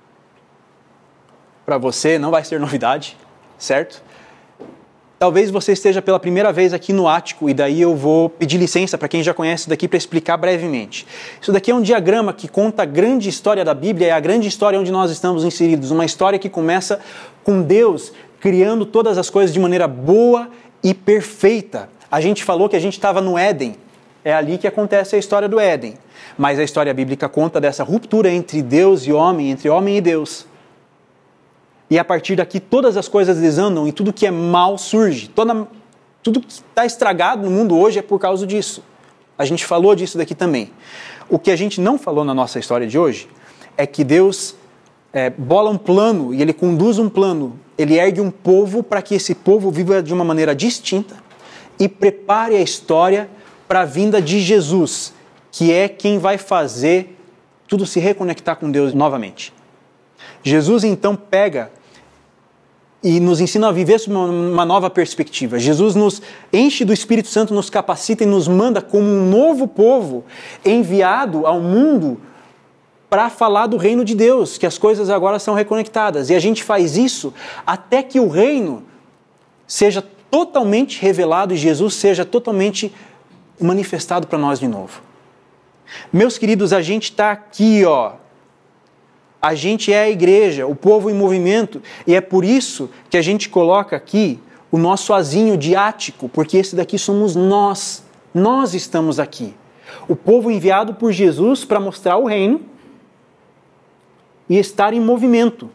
para você, não vai ser novidade, certo? Talvez você esteja pela primeira vez aqui no Ático e daí eu vou pedir licença para quem já conhece isso daqui para explicar brevemente. Isso daqui é um diagrama que conta a grande história da Bíblia, é a grande história onde nós estamos inseridos. Uma história que começa com Deus criando todas as coisas de maneira boa e perfeita. A gente falou que a gente estava no Éden. É ali que acontece a história do Éden. Mas a história bíblica conta dessa ruptura entre Deus e homem, entre homem e Deus. E a partir daqui todas as coisas desandam e tudo que é mal surge. Toda, tudo que está estragado no mundo hoje é por causa disso. A gente falou disso daqui também. O que a gente não falou na nossa história de hoje é que Deus é, bola um plano e Ele conduz um plano. Ele ergue um povo para que esse povo viva de uma maneira distinta e prepare a história para a vinda de Jesus, que é quem vai fazer tudo se reconectar com Deus novamente. Jesus então pega e nos ensina a viver sob uma nova perspectiva. Jesus nos enche do Espírito Santo, nos capacita e nos manda como um novo povo enviado ao mundo para falar do reino de Deus, que as coisas agora são reconectadas. E a gente faz isso até que o reino seja totalmente revelado e Jesus seja totalmente manifestado para nós de novo. Meus queridos, a gente está aqui, ó. A gente é a igreja, o povo em movimento, e é por isso que a gente coloca aqui o nosso azinho de Ático, porque esse daqui somos nós. Nós estamos aqui. O povo enviado por Jesus para mostrar o reino e estar em movimento.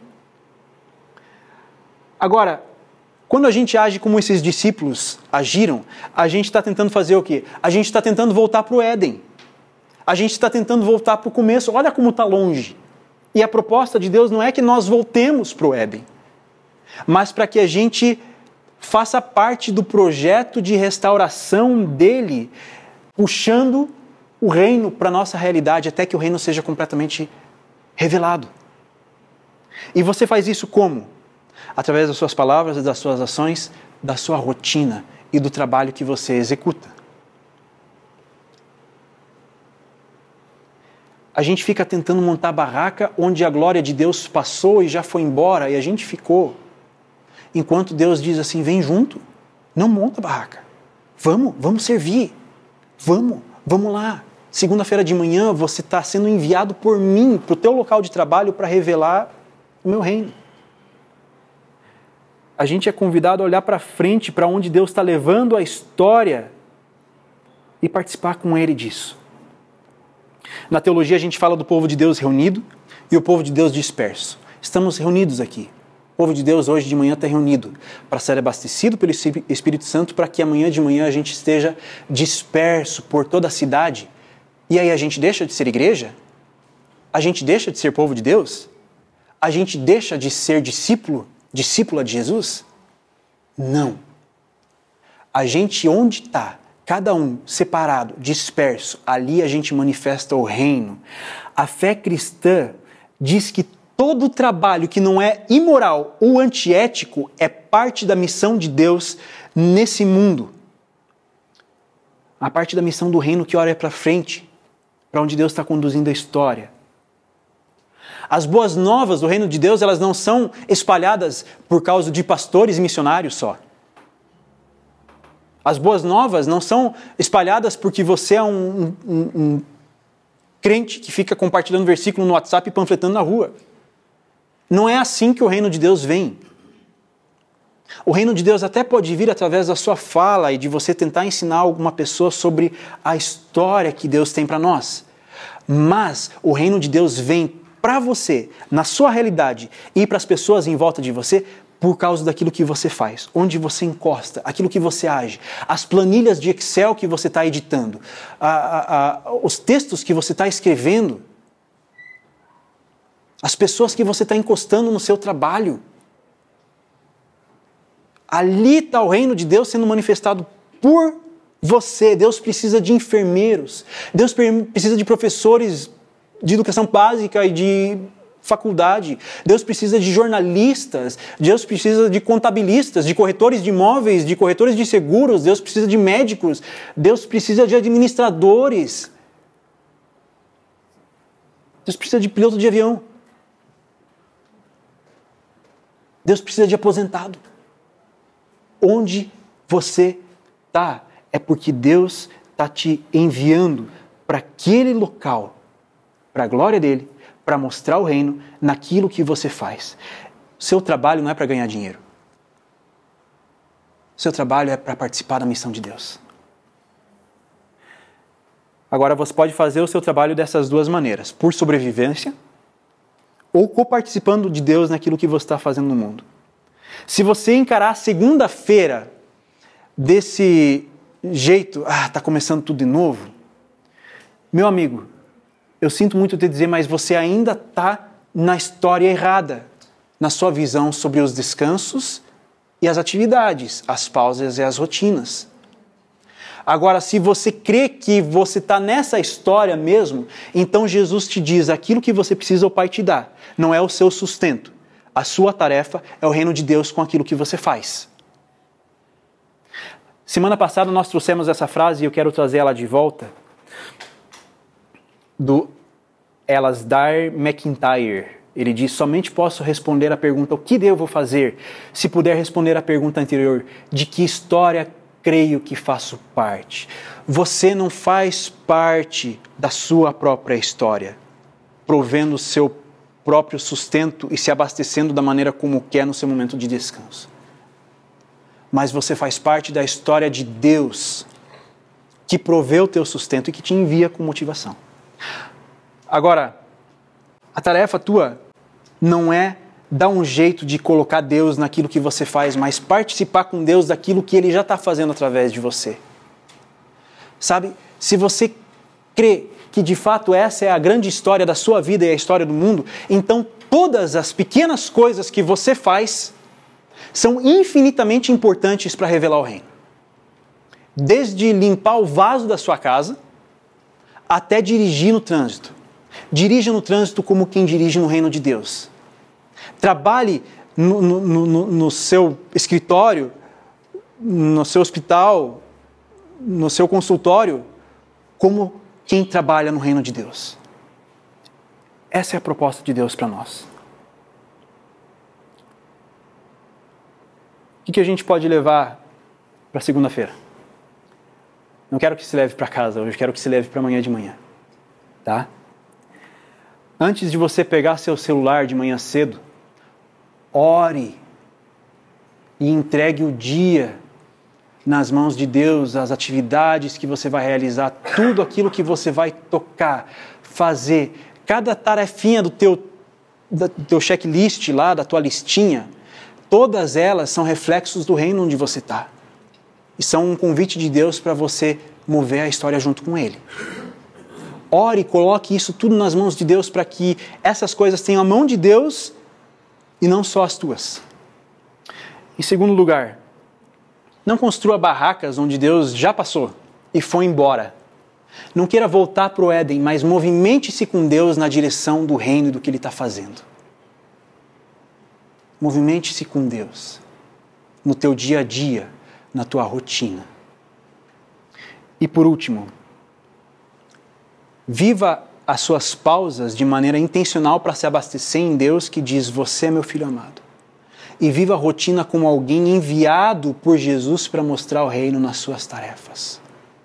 Agora, quando a gente age como esses discípulos agiram, a gente está tentando fazer o quê? A gente está tentando voltar para o Éden. A gente está tentando voltar para o começo. Olha como está longe. E a proposta de Deus não é que nós voltemos para o Éden, mas para que a gente faça parte do projeto de restauração dele, puxando o reino para a nossa realidade, até que o reino seja completamente revelado. E você faz isso como? Através das suas palavras, das suas ações, da sua rotina e do trabalho que você executa. A gente fica tentando montar barraca onde a glória de Deus passou e já foi embora e a gente ficou. Enquanto Deus diz assim, vem junto, não monta barraca. Vamos, vamos servir. Vamos, vamos lá. Segunda-feira de manhã você está sendo enviado por mim para o teu local de trabalho para revelar o meu reino. A gente é convidado a olhar para frente, para onde Deus está levando a história e participar com Ele disso. Na teologia a gente fala do povo de Deus reunido e o povo de Deus disperso. Estamos reunidos aqui. O povo de Deus hoje de manhã está reunido para ser abastecido pelo Espírito Santo para que amanhã de manhã a gente esteja disperso por toda a cidade. E aí a gente deixa de ser igreja? A gente deixa de ser povo de Deus? A gente deixa de ser discípulo, discípula de Jesus? Não. A gente onde está, cada um separado, disperso, ali a gente manifesta o reino. A fé cristã diz que todo trabalho que não é imoral ou antiético é parte da missão de Deus nesse mundo. A parte da missão do reino que olha para frente, para onde Deus está conduzindo a história. As boas novas do reino de Deus, elas não são espalhadas por causa de pastores e missionários só. As boas novas não são espalhadas porque você é um, um, um crente que fica compartilhando versículo no WhatsApp e panfletando na rua. Não é assim que o reino de Deus vem. O reino de Deus até pode vir através da sua fala e de você tentar ensinar alguma pessoa sobre a história que Deus tem para nós. Mas o reino de Deus vem para você, na sua realidade e para as pessoas em volta de você, por causa daquilo que você faz, onde você encosta, aquilo que você age, as planilhas de Excel que você está editando, a, a, a, os textos que você está escrevendo, as pessoas que você está encostando no seu trabalho. Ali está o reino de Deus sendo manifestado por você. Deus precisa de enfermeiros, Deus precisa de professores de educação básica e de faculdade. Deus precisa de jornalistas, Deus precisa de contabilistas, de corretores de imóveis, de corretores de seguros, Deus precisa de médicos, Deus precisa de administradores. Deus precisa de piloto de avião. Deus precisa de aposentado. Onde você está é porque Deus está te enviando para aquele local, para a glória dele, para mostrar o reino naquilo que você faz. Seu trabalho não é para ganhar dinheiro. Seu trabalho é para participar da missão de Deus. Agora você pode fazer o seu trabalho dessas duas maneiras, por sobrevivência ou coparticipando de Deus naquilo que você está fazendo no mundo. Se você encarar a segunda-feira desse jeito, ah, está começando tudo de novo, meu amigo, eu sinto muito te dizer, mas você ainda está na história errada, na sua visão sobre os descansos e as atividades, as pausas e as rotinas. Agora, se você crê que você está nessa história mesmo, então Jesus te diz, aquilo que você precisa o Pai te dá, não é o seu sustento. A sua tarefa é o reino de Deus com aquilo que você faz. Semana passada nós trouxemos essa frase e eu quero trazer ela de volta, do Alasdair MacIntyre. Ele diz, somente posso responder a pergunta, o que devo fazer, se puder responder a pergunta anterior, de que história creio que faço parte. Você não faz parte da sua própria história, provendo o seu próprio sustento e se abastecendo da maneira como quer no seu momento de descanso. Mas você faz parte da história de Deus, que proveu o teu sustento e que te envia com motivação. Agora, a tarefa tua não é dar um jeito de colocar Deus naquilo que você faz, mas participar com Deus daquilo que Ele já está fazendo através de você. Sabe, se você crê que de fato essa é a grande história da sua vida e a história do mundo, então todas as pequenas coisas que você faz são infinitamente importantes para revelar o reino. Desde limpar o vaso da sua casa, até dirigir no trânsito. Dirija no trânsito como quem dirige no reino de Deus. Trabalhe no, no, no, no seu escritório, no seu hospital, no seu consultório, como quem trabalha no reino de Deus. Essa é a proposta de Deus para nós. O que a gente pode levar para segunda-feira? Não quero que se leve para casa hoje, quero que se leve para amanhã de manhã. Tá? Antes de você pegar seu celular de manhã cedo, ore e entregue o dia nas mãos de Deus as atividades que você vai realizar, tudo aquilo que você vai tocar, fazer, cada tarefinha do teu, do teu checklist lá, da tua listinha, todas elas são reflexos do reino onde você está. E são um convite de Deus para você mover a história junto com Ele. Ore e coloque isso tudo nas mãos de Deus para que essas coisas tenham a mão de Deus e não só as tuas. Em segundo lugar, não construa barracas onde Deus já passou e foi embora. Não queira voltar para o Éden, mas movimente-se com Deus na direção do reino e do que Ele está fazendo. Movimente-se com Deus no teu dia a dia, na tua rotina. E por último, viva as suas pausas de maneira intencional para se abastecer em Deus que diz, você é meu filho amado. E viva a rotina como alguém enviado por Jesus para mostrar o reino nas suas tarefas.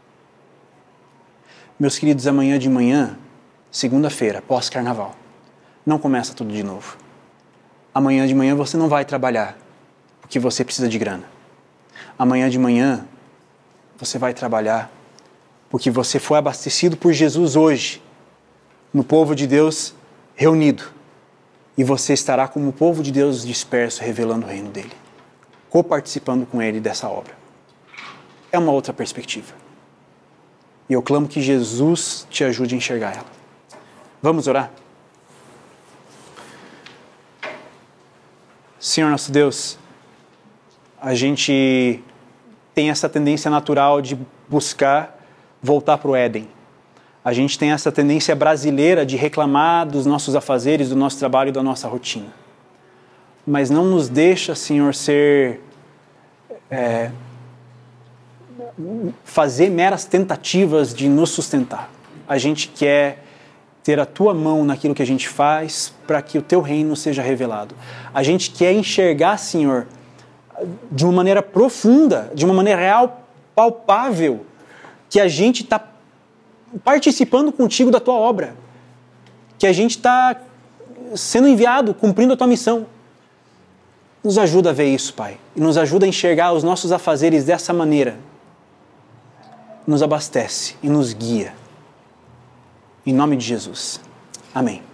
Meus queridos, amanhã de manhã, segunda-feira, pós-carnaval, não começa tudo de novo. Amanhã de manhã você não vai trabalhar, porque você precisa de grana. Amanhã de manhã você vai trabalhar, porque você foi abastecido por Jesus hoje, no povo de Deus reunido. E você estará como o povo de Deus disperso, revelando o reino dele, coparticipando com ele dessa obra. É uma outra perspectiva. E eu clamo que Jesus te ajude a enxergar ela. Vamos orar? Senhor nosso Deus, a gente tem essa tendência natural de buscar voltar para o Éden. A gente tem essa tendência brasileira de reclamar dos nossos afazeres, do nosso trabalho e da nossa rotina. Mas não nos deixa, Senhor, ser... É, fazer meras tentativas de nos sustentar. A gente quer ter a Tua mão naquilo que a gente faz para que o Teu reino seja revelado. A gente quer enxergar, Senhor, de uma maneira profunda, de uma maneira real, palpável, que a gente está participando contigo da Tua obra, que a gente está sendo enviado, cumprindo a Tua missão. Nos ajuda a ver isso, Pai, e nos ajuda a enxergar os nossos afazeres dessa maneira. Nos abastece e nos guia. Em nome de Jesus. Amém.